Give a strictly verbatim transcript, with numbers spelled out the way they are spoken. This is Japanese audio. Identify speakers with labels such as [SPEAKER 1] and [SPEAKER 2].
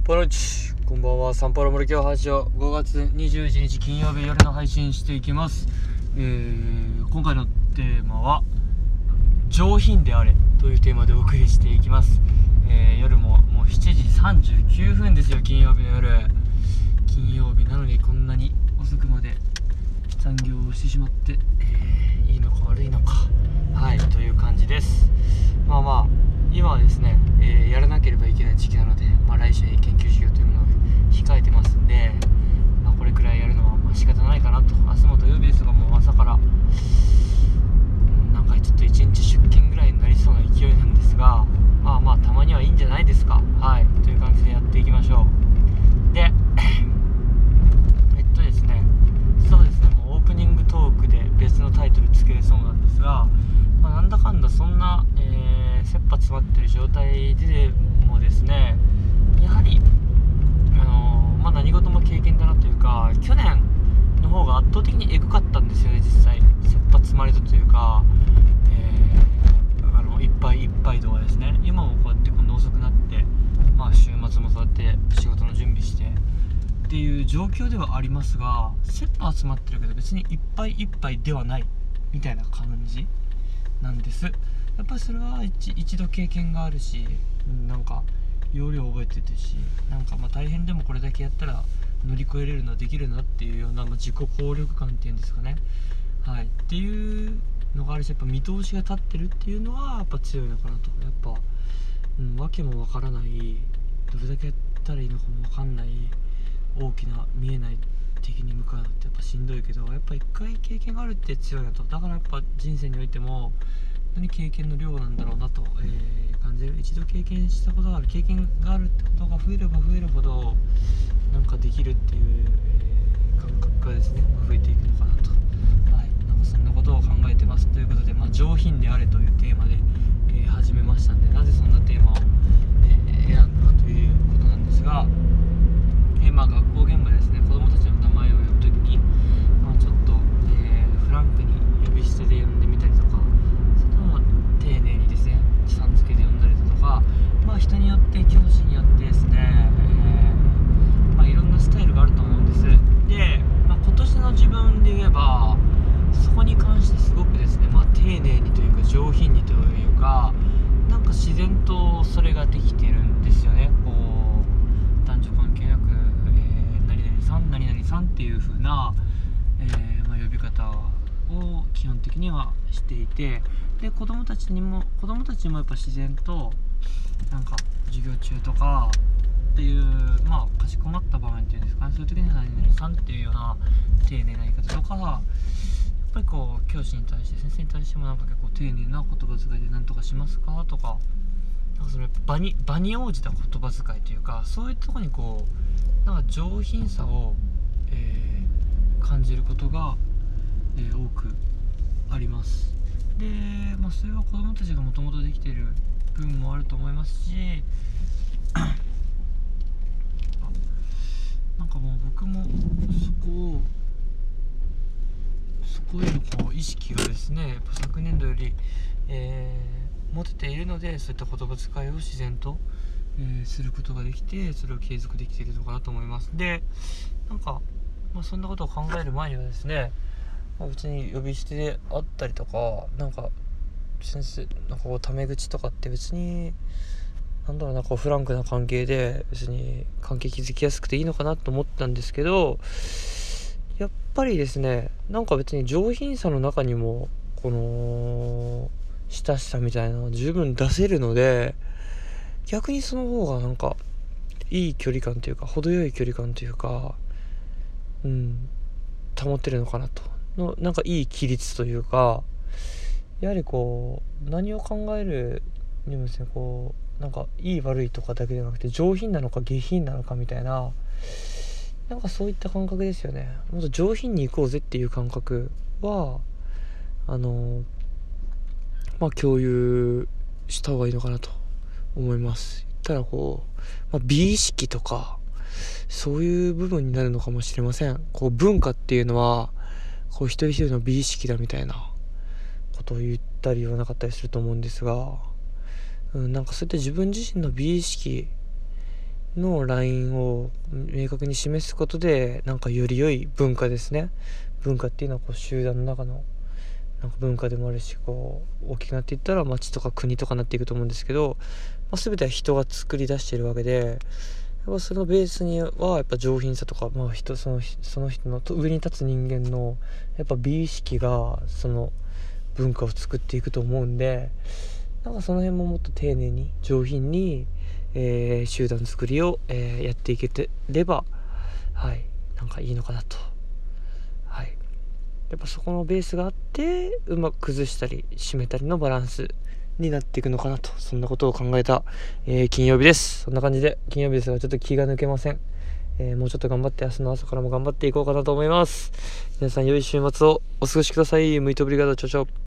[SPEAKER 1] ポロチ、こんばんは。サンパウロ森京発祥ごがつにじゅういちにち金曜日夜の配信していきます。えー、今回のテーマは上品であれというテーマでお送りしていきます。えー、夜ももうしちじさんじゅうきゅうふんですよ。金曜日の夜、金曜日なのにこんなに遅くまで残業をしてしまって、えー、いいのか悪いのか、はいという感じです。まあまあ今はですね、えー、やらなければいけない時期なので、まあ、来週に研究授業というものを控えてますんで、まあ、これくらいやるのはまあ仕方ないかなと。明日も土曜日ですが、もう朝から、うん、なんかちょっといちにち出勤ぐらいになりそうな勢いなんですが、まあまあたまにはいいんじゃないですか。はいという感じでやっていきましょう。でえっとですねそうですねもうオープニングトークで別のタイトルつけれそうなんですが、まあ、なんだかんだそんな、えー、切羽詰まってる状態でもですね、やはり、あのーまあ、何事も経験だなというか、去年の方が圧倒的にエグかったんですよね。実際切羽詰まり度というか、えー、あのいっぱいいっぱい度がですね、今もこうやってこんな遅くなって、まあ、週末もそうやって仕事の準備してっていう状況ではありますが、切羽詰まってるけど別にいっぱいいっぱいではないみたいな感じなんです。やっぱりそれは 一, 一度経験があるし、なんか要領覚えててし、なんかまあ大変でもこれだけやったら乗り越えれるのできるなっていうような、まあ、自己効力感っていうんですかね、はいっていうのがあるし、やっぱ見通しが立ってるっていうのはやっぱ強いのかなと。やっぱ、うん、わけもわからない、どれだけやったらいいのかもわかんない大きな見えない敵に向かうのってやっぱしんどいけど、やっぱ一回経験があるって強いなと。だからやっぱ人生においても本当に経験の量なんだろうなと、えー、感じる。一度経験したことがある、経験があるってことが増えれば増えるほどなんかできるっていう、えー、感覚がですね、増えていくのかなと、はい、なんかそんなことを考えてますということで、まあ、上品であれというテーマで、えー、始めましたんで、なぜそんなテーマを、えー、選んだかということなんですが、えーまあ、学校現場でですね、子どもたちの名前を呼ぶときに、まあ、ちょっと、えー、フランクに呼び捨てで呼んでみたりとか、それとも丁寧にですねさん付けで呼んだりだとか、まあ、人によって教師によってですね、えーまあ、いろんなスタイルがあると思うんです。で、まあ、今年の自分で言えばそこに関してすごくですね、まあ、丁寧にというか上品にというか、なんか自然とそれができてるんですよね。こう男女関係なく、えー、何々さん何々さんっていう風な、えーまあ、呼び方を基本的にはしていて、で子供たちにも子供たちもやっぱ自然となんか授業中とかっていう、まあかしこまった場面っていうんですかね、そういう時には何々さんっていうような丁寧な言い方とか、やっぱりこう教師に対して先生に対してもなんか結構丁寧な言葉遣いで何とかしますかとか、なんかそれ場に場に応じた言葉遣いというか、そういうところにこうなんか上品さを、えー、感じることが、えー、多くあります。で、まあ、それは子どもたちがもともとできている分もあると思いますしなんかもう僕もそこをそこへのこう意識がですね、やっぱ昨年度より、えー、持てているので、そういった言葉遣いを自然と、えー、することができて、それを継続できているのかなと思います。で、なんか、まあ、そんなことを考える前にはですね、まあ、別に呼び捨てであったりとか、なんか先生なんかこうタメ口とかって別になんだろうな、こうフランクな関係で別に関係築きやすくていいのかなと思ったんですけど、やっぱりですね、なんか別に上品さの中にもこの親しさみたいなのを十分出せるので、逆にその方がなんかいい距離感というか、程よい距離感というか、うん保ってるのかなとの、なんかいい規律というか、やはりこう何を考えるにもですね、こうなんかいい悪いとかだけではなくて、上品なのか下品なのかみたいな、なんかそういった感覚ですよね。もっと上品に行こうぜっていう感覚はあのまあ共有した方がいいのかなと思います。言ったらこう、まあ、美意識とかそういう部分になるのかもしれません。こう文化っていうのはこう一人一人の美意識だみたいなことを言ったり言わなかったりすると思うんですが、うん、なんかそういった自分自身の美意識のラインを明確に示すことで、なんかより良い文化ですね。文化っていうのはこう集団の中のなんか文化でもあるし、こう大きくなっていったら町とか国とかになっていくと思うんですけど、まあ、全ては人が作り出しているわけで、やっぱそのベースにはやっぱ上品さとか、まあ、人そのその人の上に立つ人間のやっぱ美意識がその文化を作っていくと思うんで、なんかその辺ももっと丁寧に上品に、えー、集団作りを、えー、やっていけてれば、はい、なんかいいのかなと。はい、やっぱそこのベースがあってうまく崩したり締めたりのバランスになっていくのかなと、そんなことを考えた、えー、金曜日です。そんな感じで金曜日ですが、ちょっと気が抜けません。えー、もうちょっと頑張って明日の朝からも頑張っていこうかなと思います。皆さん良い週末をお過ごしください。ムイトブリガード、チョチョ。